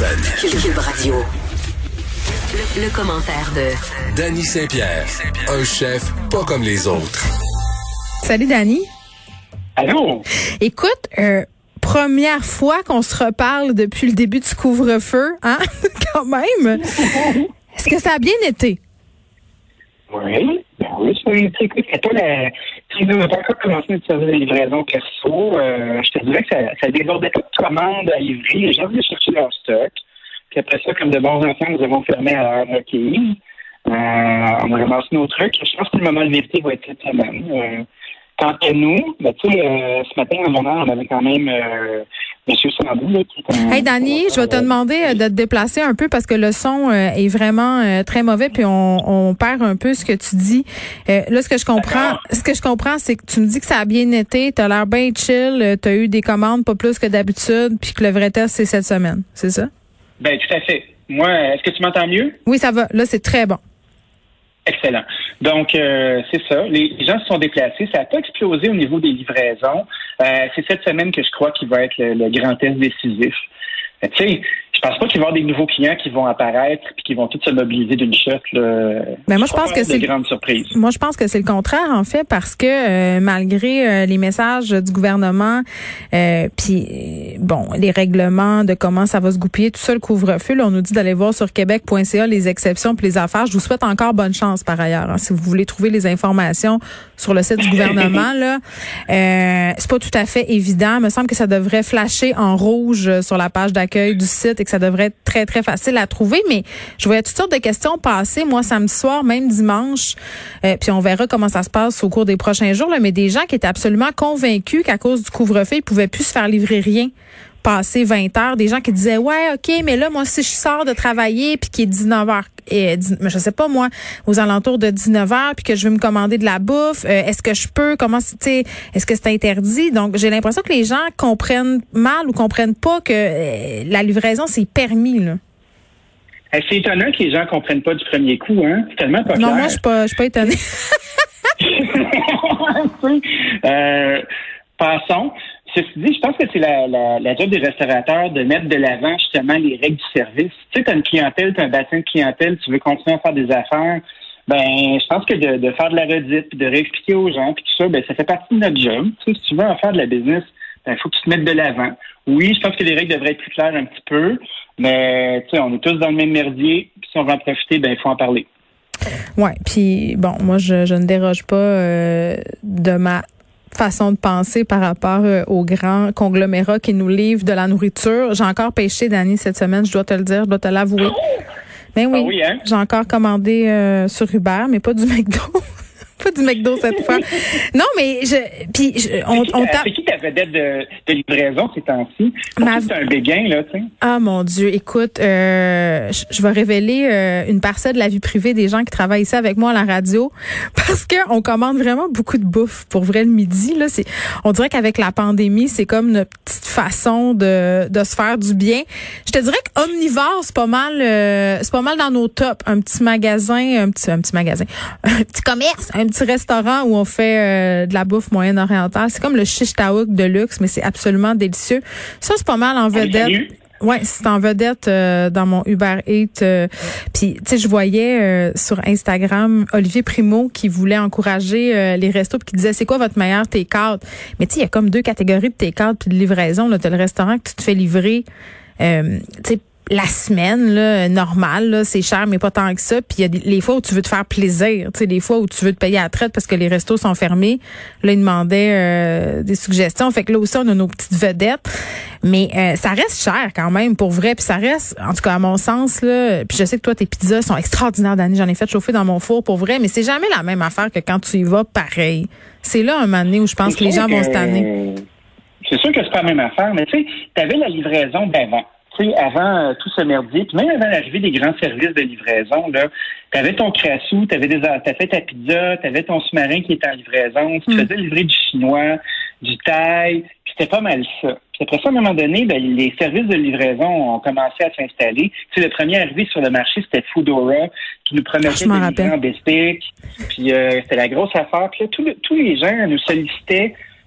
Cube Radio. Le commentaire de Dany Saint-Pierre, un chef pas comme les autres. Salut Dany. Allô? Écoute, première fois qu'on se reparle depuis le début du couvre-feu, hein? Quand même. Est-ce que ça a bien été? Oui, ça a été. Écoute, tu n'as pas encore commencé notre service de livraison perso. Je te dirais que ça débordait pas de commandes à livrer. Les gens venaient chercher leur stock. Puis après ça, comme de bons enfants, nous avons fermé à l'heure requise. On a ramassé nos trucs. Je pense que le moment de vérité va être cette semaine. Quant à nous, tu sais, ce matin, en journal, on avait quand même M. Sambou. Là, qui est Hey, Dany, je vais te demander de te déplacer un peu parce que le son est vraiment très mauvais puis on perd un peu ce que tu dis. Là, ce que je comprends, c'est que tu me dis que ça a bien été, t'as l'air bien chill, t'as eu des commandes pas plus que d'habitude puis que le vrai test, c'est cette semaine. C'est ça? Ben, tout à fait. Moi, est-ce que tu m'entends mieux? Oui, ça va. Là, c'est très bon. Excellent. Donc, c'est ça. Les gens se sont déplacés. Ça n'a pas explosé au niveau des livraisons. C'est cette semaine que je crois qu'il va être le grand test décisif. Tu sais, je pense pas qu'il va y avoir des nouveaux clients qui vont apparaître puis qui vont tous se mobiliser d'une shot. Mais moi, je pense que c'est une grande surprise. Moi, je pense que c'est le contraire, en fait, parce que malgré les messages du gouvernement, puis bon, les règlements de comment ça va se goupiller, tout ça, le couvre-feu, là, on nous dit d'aller voir sur québec.ca les exceptions puis les affaires. Je vous souhaite encore bonne chance, par ailleurs, hein, si vous voulez trouver les informations sur le site du gouvernement. Là, c'est pas tout à fait évident. Il me semble que ça devrait flasher en rouge sur la page d'accueil du site et que ça devrait être très, très facile à trouver. Mais je voyais toutes sortes de questions passer, moi, samedi soir, même dimanche. Puis on verra comment ça se passe au cours des prochains jours. Là, mais des gens qui étaient absolument convaincus qu'à cause du couvre-feu, ils pouvaient plus se faire livrer rien passer 20 heures. Des gens qui disaient, ouais, OK, mais là, moi, si je sors de travailler puis qu'il est 19 heures, je sais pas, moi, aux alentours de 19 heures puis que je veux me commander de la bouffe, est-ce que je peux? Comment, tu sais, est-ce que c'est interdit? Donc, j'ai l'impression que les gens comprennent mal ou comprennent pas que la livraison, c'est permis, là. C'est étonnant que les gens comprennent pas du premier coup, hein? C'est tellement pas clair. Non, moi, je suis pas étonnée. Passons. Ceci dit, je pense que c'est la job des restaurateurs de mettre de l'avant justement les règles du service. Tu sais, tu as une clientèle, tu as un bassin de clientèle, tu veux continuer à faire des affaires. Ben, je pense que de faire de la redite, puis de réexpliquer aux gens, puis tout ça, ben ça fait partie de notre job. Tu sais, si tu veux en faire de la business, ben faut que tu te mettes de l'avant. Oui, je pense que les règles devraient être plus claires un petit peu, mais tu sais, on est tous dans le même merdier, puis si on veut en profiter, ben il faut en parler. Ouais, puis bon, moi je ne déroge pas de ma façon de penser par rapport aux grands conglomérats qui nous livrent de la nourriture. J'ai encore pêché, Dany, cette semaine, je dois te le dire, je dois te l'avouer. Mais oui, oui, hein? J'ai encore commandé sur Uber, mais pas du McDo. Pas du McDo cette fois. Non, mais c'est qui ta vedette de livraison ces temps-ci? C'est un béguin, là, tu sais. Ah, mon Dieu. Écoute, je vais révéler une parcelle de la vie privée des gens qui travaillent ici avec moi à la radio parce que on commande vraiment beaucoup de bouffe pour vrai le midi, là. On dirait qu'avec la pandémie, c'est comme notre petite façon de se faire du bien. Je te dirais qu'Omnivore, c'est pas mal dans nos tops. Un petit magasin, un petit commerce, un petit restaurant où on fait de la bouffe moyenne-orientale. C'est comme le shish taouk de luxe, mais c'est absolument délicieux. Ça, c'est pas mal en vedette. Ouais, c'est en vedette dans mon Uber Eats. Puis, tu sais, je voyais sur Instagram Olivier Primo qui voulait encourager les restos puis qui disait c'est quoi votre meilleur take-out. Mais tu sais, il y a comme deux catégories de take-out puis de livraison. Là, t'as le restaurant que tu te fais livrer, tu sais, la semaine là normale là, c'est cher mais pas tant que ça, puis il y a les fois où tu veux te faire plaisir, tu sais, les fois où tu veux te payer à la traite parce que les restos sont fermés. Là, ils demandaient des suggestions, fait que là aussi on a nos petites vedettes, mais ça reste cher quand même pour vrai, puis ça reste, en tout cas à mon sens là, puis je sais que toi tes pizzas sont extraordinaires, Dany, j'en ai fait chauffer dans mon four pour vrai, mais c'est jamais la même affaire que quand tu y vas pareil. C'est là un moment donné où je pense que les gens vont se tanner. C'est sûr que c'est pas la même affaire, mais tu sais, t'avais la livraison d'avant. Tu sais, avant tout ce merdier, puis même avant l'arrivée des grands services de livraison, là, t'avais ton crassou, t'avais fait ta pizza, t'avais ton sous-marin qui était en livraison, tu faisais livrer du chinois, du thaï, puis c'était pas mal ça. Puis après ça, à un moment donné, ben, les services de livraison ont commencé à s'installer. Tu sais, le premier arrivé sur le marché, c'était Foodora, qui nous promettait de livrer en bestique, puis c'était la grosse affaire. Puis là, tous les gens nous sollicitaient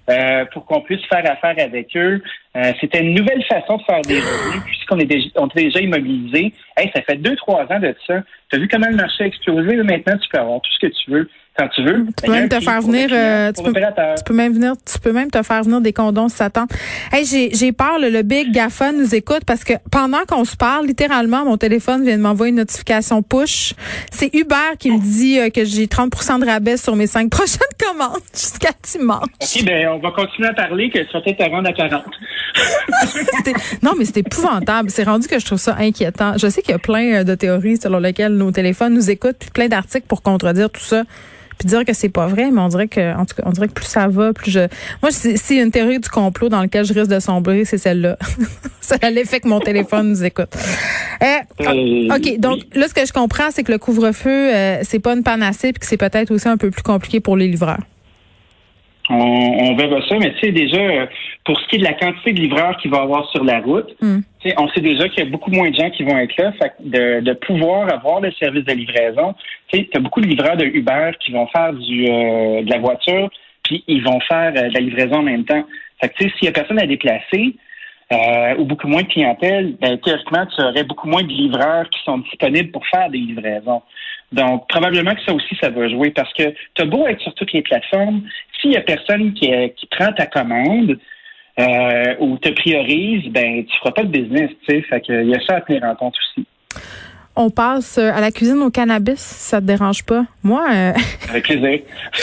pour qu'on puisse faire affaire avec eux. C'était une nouvelle façon de faire des revenus puisqu'on était déjà immobilisés. Hey, ça fait 2-3 ans de ça. Tu as vu comment le marché a explosé? Là, maintenant, tu peux avoir tout ce que tu veux. Quand tu veux. Tu peux même te faire venir, tu peux même te faire venir des condoms si ça tente. Hey, j'ai peur, le Big GAFA nous écoute parce que pendant qu'on se parle, littéralement, mon téléphone vient de m'envoyer une notification push. C'est Uber qui me dit que j'ai 30% de rabais sur mes 5 prochaines commandes jusqu'à dimanche. OK, ben, on va continuer à parler que ça peut-être te rendre à 40. Non, mais c'est épouvantable. C'est rendu que je trouve ça inquiétant. Je sais qu'il y a plein de théories selon lesquelles nos téléphones nous écoutent, puis plein d'articles pour contredire tout ça. Puis dire que c'est pas vrai, mais on dirait que, en tout cas, on dirait que plus ça va, plus moi, c'est une théorie du complot dans laquelle je risque de sombrer, c'est celle-là. C'est l'effet que mon téléphone nous écoute. OK. Donc, là, ce que je comprends, c'est que le couvre-feu, c'est pas une panacée puis que c'est peut-être aussi un peu plus compliqué pour les livreurs. On verra ça, mais tu sais, déjà, pour ce qui est de la quantité de livreurs qu'il va y avoir sur la route, tu sais, on sait déjà qu'il y a beaucoup moins de gens qui vont être là. Fait que de pouvoir avoir le service de livraison, tu sais, tu as beaucoup de livreurs de Uber qui vont faire de la voiture, puis ils vont faire de la livraison en même temps. Fait que tu sais, s'il y a personne à déplacer, ou beaucoup moins de clientèle, ben, théoriquement, tu aurais beaucoup moins de livreurs qui sont disponibles pour faire des livraisons. Donc, probablement que ça aussi, ça va jouer parce que tu as beau être sur toutes les plateformes, s'il y a personne qui prend ta commande ou te priorise, ben tu feras pas de business, tu sais. Fait que il y a ça à tenir en compte aussi. On passe à la cuisine au cannabis, ça te dérange pas? Moi, avec plaisir.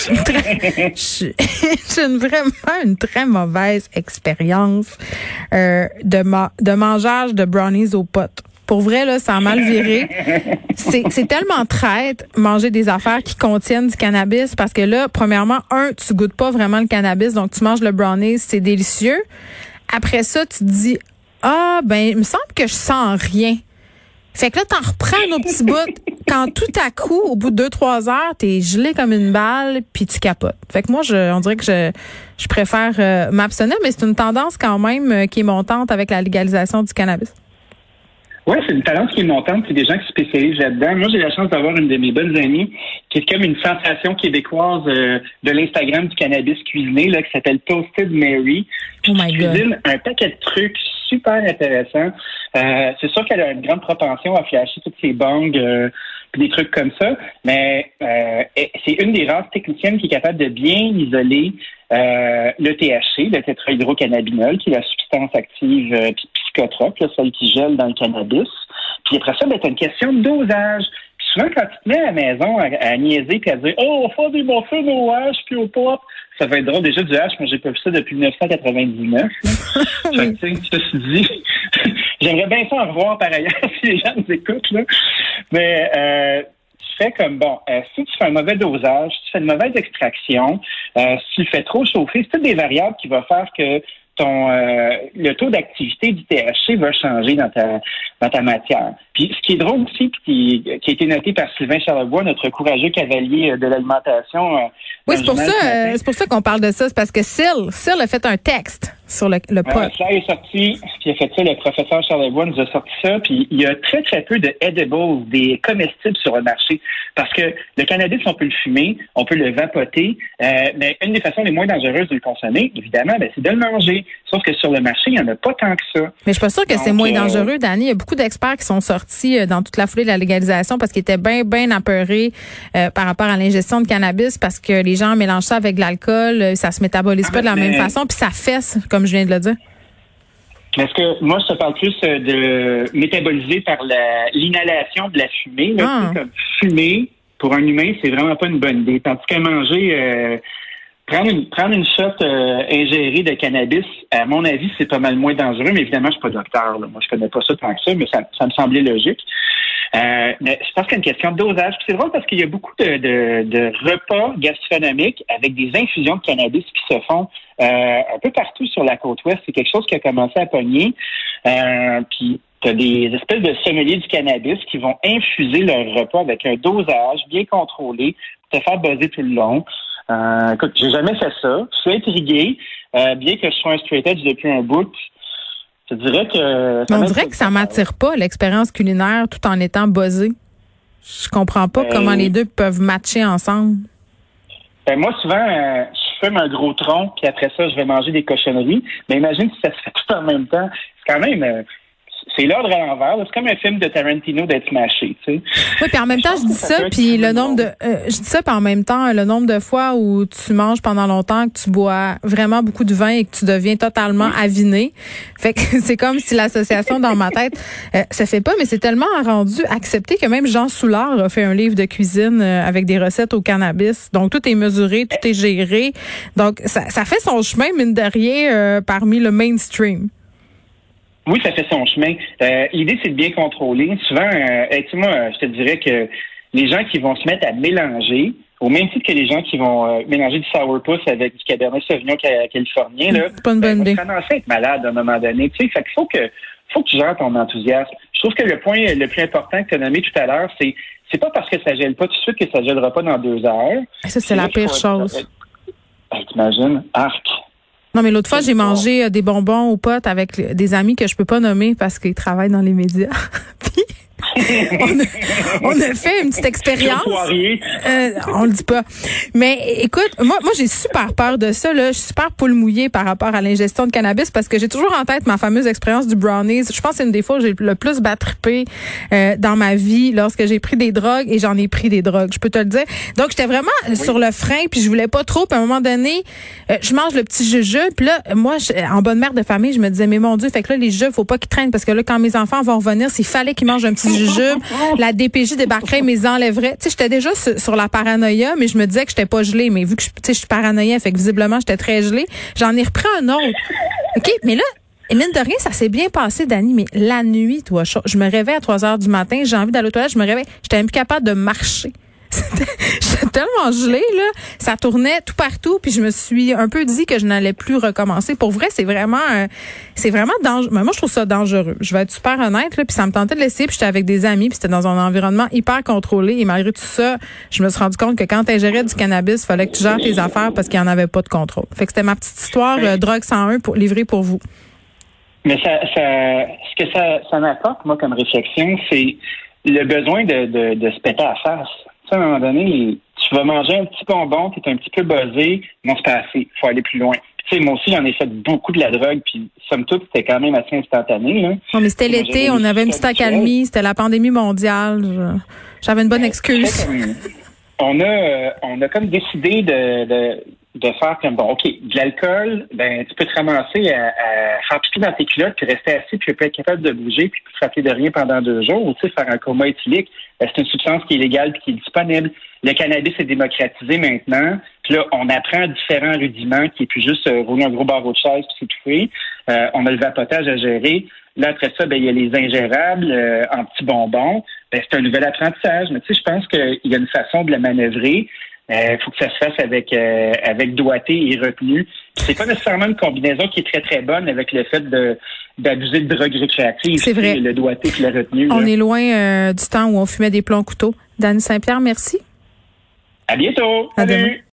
J'ai vraiment une très mauvaise expérience de mangeage de brownies aux potes. Pour vrai, là, ça a mal viré. C'est tellement traite, manger des affaires qui contiennent du cannabis, parce que là, premièrement, tu goûtes pas vraiment le cannabis, donc tu manges le brownie, c'est délicieux. Après ça, tu te dis, il me semble que je sens rien. Fait que là, t'en reprends nos petits bouts. Quand tout à coup, au bout de 2-3 heures, t'es gelé comme une balle, puis tu capotes. Fait que moi, on dirait que je préfère m'abstenir, mais c'est une tendance quand même qui est montante avec la légalisation du cannabis. Oui, c'est une tendance qui est montante, c'est des gens qui se spécialisent là-dedans. Moi, j'ai la chance d'avoir une de mes bonnes amies qui est comme une sensation québécoise de l'Instagram du cannabis cuisiné, là, qui s'appelle Toasted Mary. Puis qui cuisine un paquet de trucs super intéressants. C'est sûr qu'elle a une grande propension à flasher toutes ses bangs puis des trucs comme ça, mais c'est une des rares techniciennes qui est capable de bien isoler le THC, le tétrahydrocannabinol, qui est la substance active psychotrope, là, celle qui gèle dans le cannabis. Puis après ça, c'est une question de dosage. Puis souvent, quand tu te mets à la maison à niaiser puis à dire « Oh, on va faire des muffins au hash puis au pop », ça va être drôle. Déjà, du hash, moi, j'ai pas vu ça depuis 1999. Fait que, tu sais, ceci dit, j'aimerais bien ça en revoir par ailleurs si les gens nous écoutent, là. Mais tu fais comme, si tu fais un mauvais dosage, si tu fais une mauvaise extraction, si tu le fais trop chauffer, c'est toutes des variables qui vont faire que le taux d'activité du THC va changer dans ta matière. Puis ce qui est drôle aussi, qui a été noté par Sylvain Charlebois, notre courageux cavalier de l'alimentation. Oui, c'est pour ça qu'on parle de ça. C'est parce que Syl a fait un texte sur le pot. Ça est sorti, puis a fait ça, le professeur Charlebois nous a sorti ça, puis il y a très, très peu de edibles, des comestibles sur le marché. Parce que le cannabis, on peut le fumer, on peut le vapoter, mais une des façons les moins dangereuses de le consommer, évidemment, c'est de le manger. Sauf que sur le marché, il n'y en a pas tant que ça. Mais je suis pas sûre que c'est moins dangereux, Dani. Il y a beaucoup d'experts qui sont sortis dans toute la foulée de la légalisation parce qu'ils étaient bien apeurés par rapport à l'ingestion de cannabis parce que les gens mélangent ça avec de l'alcool, ça se métabolise pas de la même façon, puis ça fesse, comme je viens de le dire. Est-ce que moi, je te parle plus de métaboliser par l'inhalation de la fumée. Là, comme fumer, pour un humain, c'est vraiment pas une bonne idée. Tandis qu'à manger... Prendre une shot ingérée de cannabis, à mon avis, c'est pas mal moins dangereux, mais évidemment, je suis pas docteur. Là. Moi, je connais pas ça tant que ça, mais ça me semblait logique. Mais je pense qu'il y a une question de dosage. Puis c'est drôle parce qu'il y a beaucoup de repas gastronomiques avec des infusions de cannabis qui se font un peu partout sur la côte ouest. C'est quelque chose qui a commencé à pogner. Puis tu as des espèces de sommeliers du cannabis qui vont infuser leur repas avec un dosage bien contrôlé pour te faire buzzer tout le long. Écoute, j'ai jamais fait ça. Je suis intrigué, bien que je sois un straight edge depuis un bout. Je dirais que... On dirait que ça m'attire pas, l'expérience culinaire, tout en étant buzzé. Je comprends pas comment les deux peuvent matcher ensemble. Moi, souvent, je fume un gros tronc, puis après ça, je vais manger des cochonneries. Mais imagine si ça se fait tout en même temps. C'est quand même... c'est l'ordre à l'envers. C'est comme un film de Tarantino d'être smashé, tu sais. Oui, puis en même temps, je dis ça, puis le nombre de... je dis ça, puis en même temps, le nombre de fois où tu manges pendant longtemps, que tu bois vraiment beaucoup de vin et que tu deviens totalement aviné. Fait que c'est comme si l'association dans ma tête, ça fait pas, mais c'est tellement rendu accepté que même Jean Soulard a fait un livre de cuisine avec des recettes au cannabis. Donc, tout est mesuré, tout est géré. Donc, ça fait son chemin, mine de rien, parmi le mainstream. Oui, ça fait son chemin. L'idée, c'est de bien contrôler. Souvent, moi, je te dirais que les gens qui vont se mettre à mélanger, au même titre que les gens qui vont mélanger du sourpuss avec du Cabernet Sauvignon californien, là, pas une bonne idée. Vont commencer à être malade à un moment donné. Tu sais, fait qu'il faut que tu gères ton enthousiasme. Je trouve que le point le plus important que tu as nommé tout à l'heure, c'est pas parce que ça gèle pas tout de suite que ça gèlera pas dans 2 heures. Ça, c'est la pire chose. T'imagines? Arc. Non, mais l'autre fois, j'ai mangé des bonbons aux potes avec des amis que je peux pas nommer parce qu'ils travaillent dans les médias. Puis, on a fait une petite expérience. On le dit pas. Mais écoute, moi j'ai super peur de ça, là. Je suis super poule mouillée par rapport à l'ingestion de cannabis parce que j'ai toujours en tête ma fameuse expérience du brownies. Je pense que c'est une des fois où j'ai le plus battrippé dans ma vie lorsque j'ai pris des drogues et j'en ai pris des drogues. Je peux te le dire. Donc, j'étais vraiment sur le frein puis je voulais pas trop. Puis à un moment donné, je mange le petit jujube. Puis là, moi, en bonne mère de famille, je me disais, mais mon Dieu, fait que là, les jujubes, faut pas qu'ils traînent parce que là, quand mes enfants vont revenir, s'il fallait qu'ils mangent un petit jujube, la DPJ débarquerait, mais les enlèverait. Tu sais, j'étais déjà sur la paranoïa, mais je me disais que j'étais pas gelée. Mais vu que je suis paranoïa, fait que visiblement, j'étais très gelée. J'en ai repris un autre. OK, mais là, et mine de rien, ça s'est bien passé, Dani, mais la nuit, toi, je me réveille à 3 heures du matin, j'ai envie d'aller aux toilettes, je me réveille, j'étais même plus capable de marcher. J'étais tellement gelée, là. Ça tournait tout partout, puis je me suis un peu dit que je n'allais plus recommencer. Pour vrai, c'est vraiment dangereux. Moi, je trouve ça dangereux. Je vais être super honnête, là, puis ça me tentait de l'essayer, puis j'étais avec des amis, puis c'était dans un environnement hyper contrôlé, et malgré tout ça, je me suis rendu compte que quand tu ingérais du cannabis, il fallait que tu gères tes affaires parce qu'il n'y en avait pas de contrôle. Fait que c'était ma petite histoire Drogue 101 livrée pour vous. Mais ce que ça m'apporte, moi, comme réflexion, c'est le besoin de se péter à la face. Tu sais, à un moment donné, tu vas manger un petit bonbon, tu es un petit peu buzzé, non, c'est pas assez, il faut aller plus loin. Tu sais, moi aussi, j'en ai fait beaucoup de la drogue, puis somme toute, c'était quand même assez instantané. Là. Non, mais c'était l'été, on avait une petite accalmie, c'était la pandémie mondiale. J'avais une bonne excuse. On a comme décidé de faire comme, bon, OK, de l'alcool, ben tu peux te ramasser à faire pipi dans tes culottes, puis rester assis, puis pas être capable de bouger, puis te rappeler de rien pendant 2 jours, ou tu sais, faire un coma éthylique. C'est une substance qui est légale puis qui est disponible. Le cannabis est démocratisé maintenant. Puis là, on apprend différents rudiments qui est plus juste rouler un gros barreau de chaise puis s'étouffer. On a le vapotage à gérer. Là, après ça, ben il y a les ingérables en petits bonbons. Ben, c'est un nouvel apprentissage. Mais tu sais, je pense qu'il y a une façon de le manœuvrer. Faut que ça se fasse avec doigté et retenue. C'est pas nécessairement une combinaison qui est très, très bonne avec le fait d'abuser de drogues récréatives. C'est vrai. Le doigté et la retenue. On est loin du temps où on fumait des plombs couteaux. Dani Saint-Pierre, merci. À bientôt. À demain.